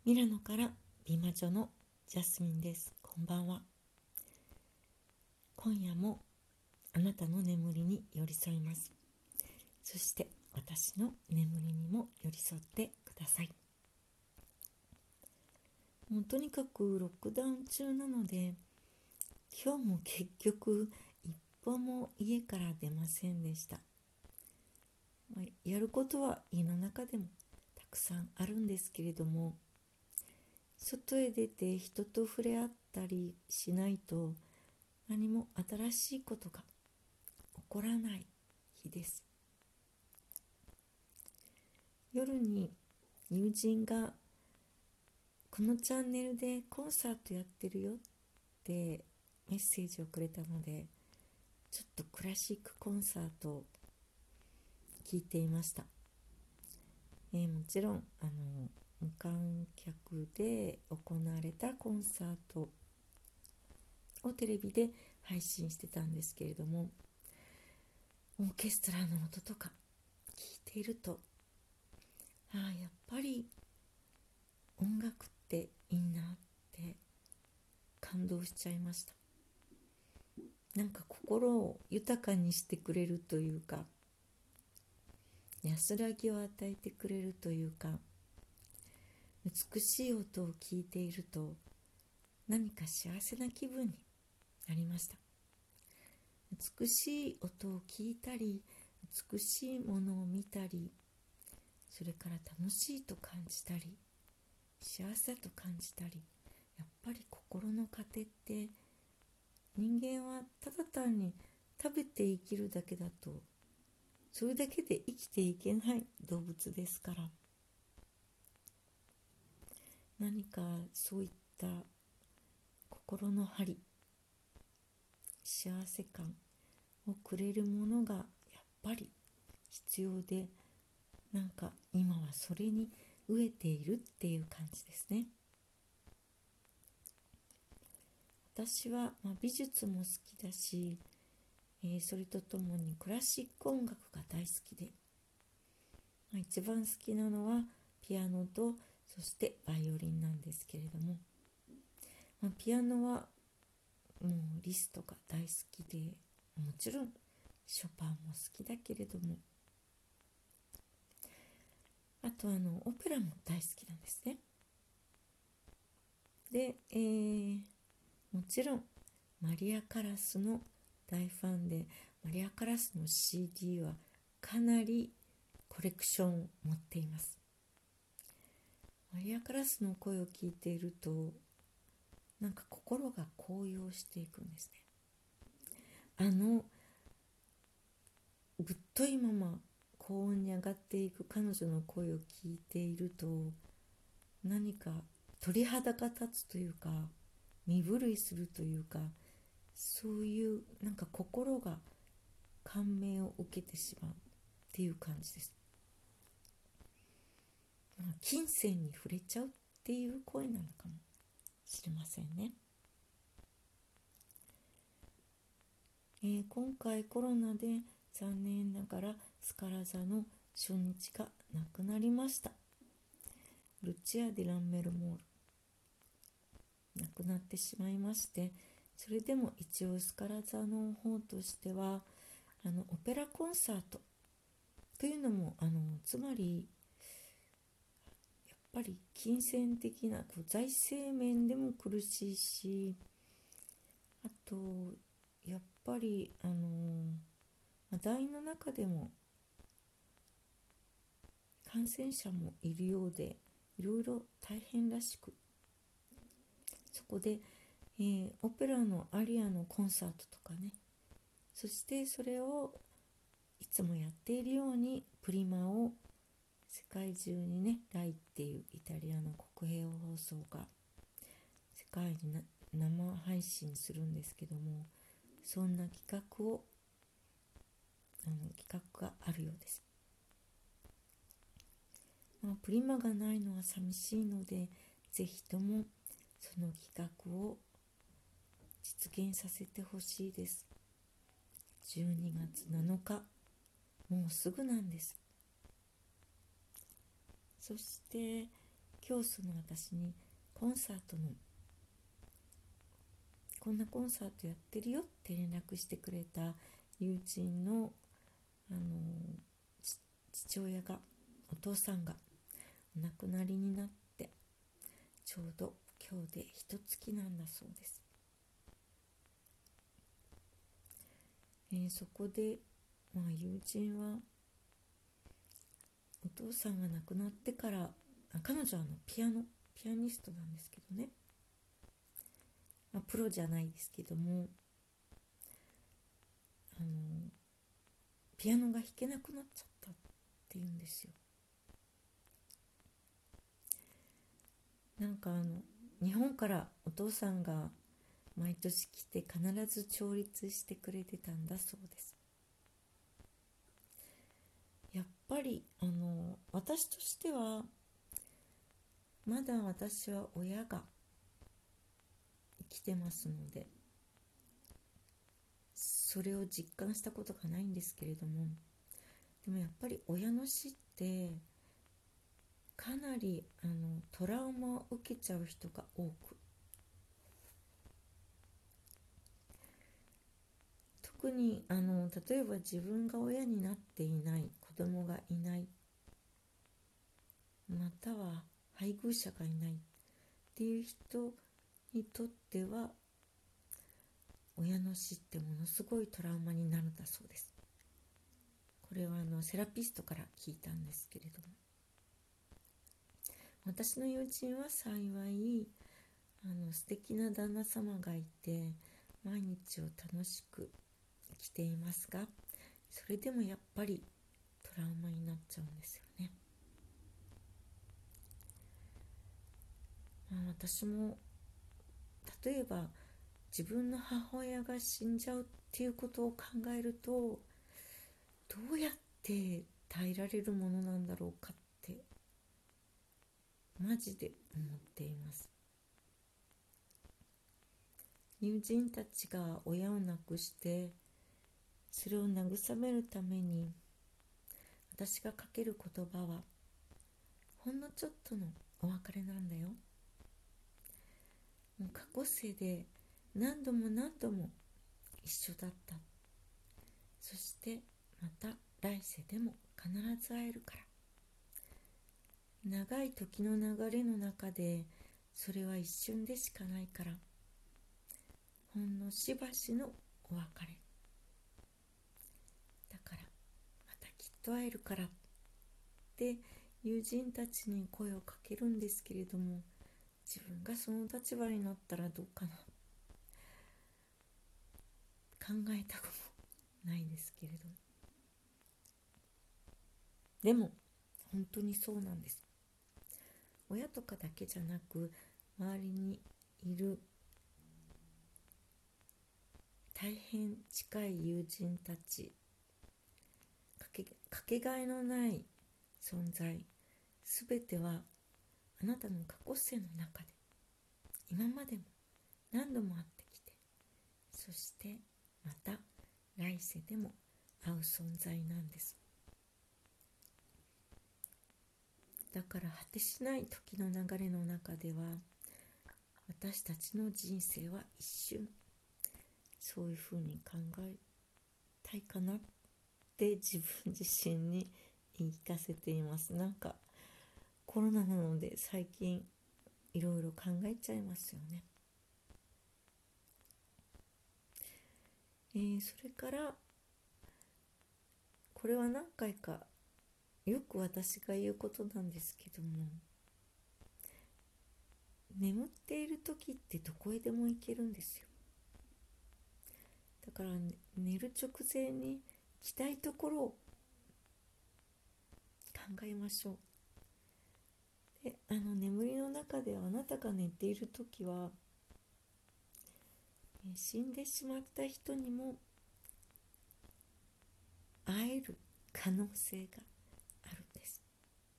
ミラノから美魔女のジャスミンです。こんばんは。今夜もあなたの眠りに寄り添います。そして私の眠りにも寄り添ってください。もうとにかくロックダウン中なので、今日も結局一歩も家から出ませんでした。やることは家の中でもたくさんあるんですけれども、外へ出て人と触れ合ったりしないと何も新しいことが起こらない日です。夜に友人がこのチャンネルでコンサートやってるよってメッセージをくれたので、ちょっとクラシックコンサートを聞いていました。もちろん無観客で行われたコンサートをテレビで配信してたんですけれども、オーケストラの音とか聞いていると、やっぱり音楽っていいなって感動しちゃいました。なんか心を豊かにしてくれるというか、安らぎを与えてくれるというか、美しい音を聞いていると何か幸せな気分になりました。美しい音を聞いたり、美しいものを見たり、それから楽しいと感じたり、幸せと感じたり、やっぱり心の糧って、人間はただ単に食べて生きるだけだと、それだけで生きていけない動物ですから、何かそういった心の張り、幸せ感をくれるものがやっぱり必要で、なんか今はそれに飢えているっていう感じですね。私は、美術も好きだし、それとともにクラシック音楽が大好きで、一番好きなのはピアノとそしてバイオリンなんですけれども、ピアノはもうリストが大好きで、もちろんショパンも好きだけれども、あとオペラも大好きなんですね。で、もちろんマリア・カラスの大ファンで、マリア・カラスの CD はかなりコレクションを持っています。マリア・カラスの声を聞いていると、なんか心が高揚していくんですね。ぶっといまま高音に上がっていく彼女の声を聞いていると、何か鳥肌が立つというか、身震いするというか、そういうなんか心が感銘を受けてしまうっていう感じです。金銭に触れちゃうっていう声なのかもしれませんね。今回コロナで残念ながらスカラ座の初日がなくなりました。ルチア・ディランメルモール、亡くなってしまいまして、それでも一応スカラ座の方としてはオペラコンサートというのもつまりやっぱり金銭的な財政面でも苦しいし、あとやっぱり大の中でも感染者もいるようで、いろいろ大変らしく、そこで、オペラのアリアのコンサートとかね、そしてそれをいつもやっているようにプリマを世界中にね、ライっていうイタリアの国営放送が世界に生配信するんですけども、そんな企画があるようです。プリマがないのは寂しいので、ぜひともその企画を実現させてほしいです。12月7日、もうすぐなんです。そして今日その私にコンサートのこんなコンサートやってるよって連絡してくれた友人の、父親が、お父さんがお亡くなりになってちょうど今日で1月なんだそうです。そこで、友人はお父さんが亡くなってから、彼女はピアニストなんですけどね、プロじゃないですけども、ピアノが弾けなくなっちゃったっていうんですよ。なんか日本からお父さんが毎年来て必ず調律してくれてたんだそうです。やっぱり私としてはまだ私は親が生きてますのでそれを実感したことがないんですけれども、でもやっぱり親の死ってかなりトラウマを受けちゃう人が多く、特に例えば自分が親になっていない、子供がいない、または配偶者がいないっていう人にとっては親の死ってものすごいトラウマになるんだそうです。これはセラピストから聞いたんですけれども、私の友人は幸い素敵な旦那様がいて毎日を楽しく生きていますが、それでもやっぱりトラウマになっちゃうんですよね。私も例えば自分の母親が死んじゃうっていうことを考えると、どうやって耐えられるものなんだろうかってマジで思っています。友人たちが親を亡くしてそれを慰めるために私がかける言葉はほんのちょっとのお別れなんだよ。もう過去世で何度も何度も一緒だった。そしてまた来世でも必ず会えるから。長い時の流れの中でそれは一瞬でしかないから、ほんのしばしのお別れだから、またきっと会えるからって友人たちに声をかけるんですけれども、自分がその立場になったらどうかな、考えたこともないですけれども、でも本当にそうなんです。親とかだけじゃなく周りにいる大変近い友人たち、かけがえのない存在、すべてはあなたの過去世の中で今までも何度も会ってきて、そしてまた来世でも会う存在なんです。だから果てしない時の流れの中では私たちの人生は一瞬、そういうふうに考えたいかなって自分自身に言い聞かせています。なんかコロナなので最近いろいろ考えちゃいますよね。それからこれは何回かよく私が言うことなんですけども、眠っている時ってどこへでも行けるんですよ。だから寝る直前に行きたいところを考えましょう。で、眠りの中であなたが寝ている時は、死んでしまった人にも会える可能性があるんです。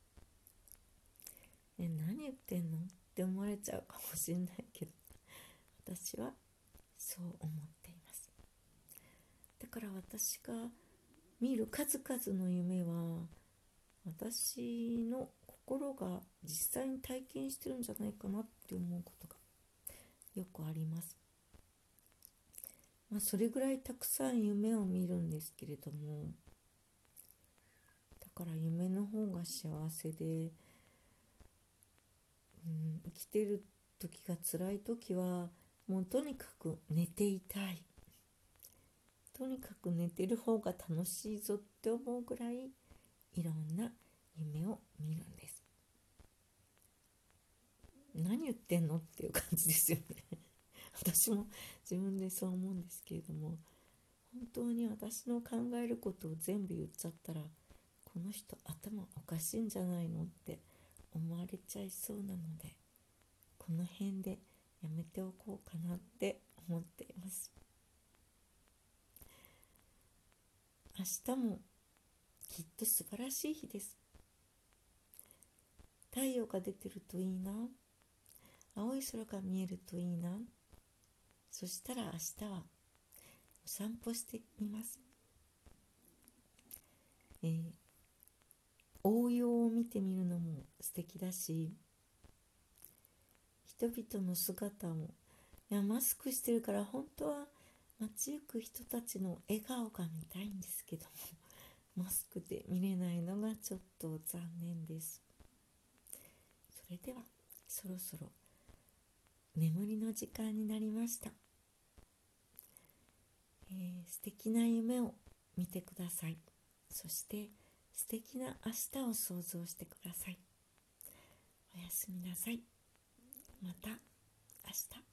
何言ってんのって思われちゃうかもしれないけど、私はそう思っています。だから私が見る数々の夢は私の心が実際に体験してるんじゃないかなって思うことがよくあります。それぐらいたくさん夢を見るんですけれども、だから夢の方が幸せで、生きてる時が辛い時はもうとにかく寝ていたい、とにかく寝てる方が楽しいぞって思うぐらいいろんな夢を見るんです。何言ってんのっていう感じですよね私も自分でそう思うんですけれども、本当に私の考えることを全部言っちゃったら、この人頭おかしいんじゃないのって思われちゃいそうなので、この辺でやめておこうかなって思っています。明日もきっと素晴らしい日です。太陽が出てるといいな、青い空が見えるといいな。そしたら明日はお散歩してみます。紅葉を見てみるのも素敵だし、人々の姿も、マスクしてるから本当は街行く人たちの笑顔が見たいんですけども、マスクで見れないのがちょっと残念です。それではそろそろ眠りの時間になりました。素敵な夢を見てください。そして素敵な明日を想像してください。おやすみなさい。また明日。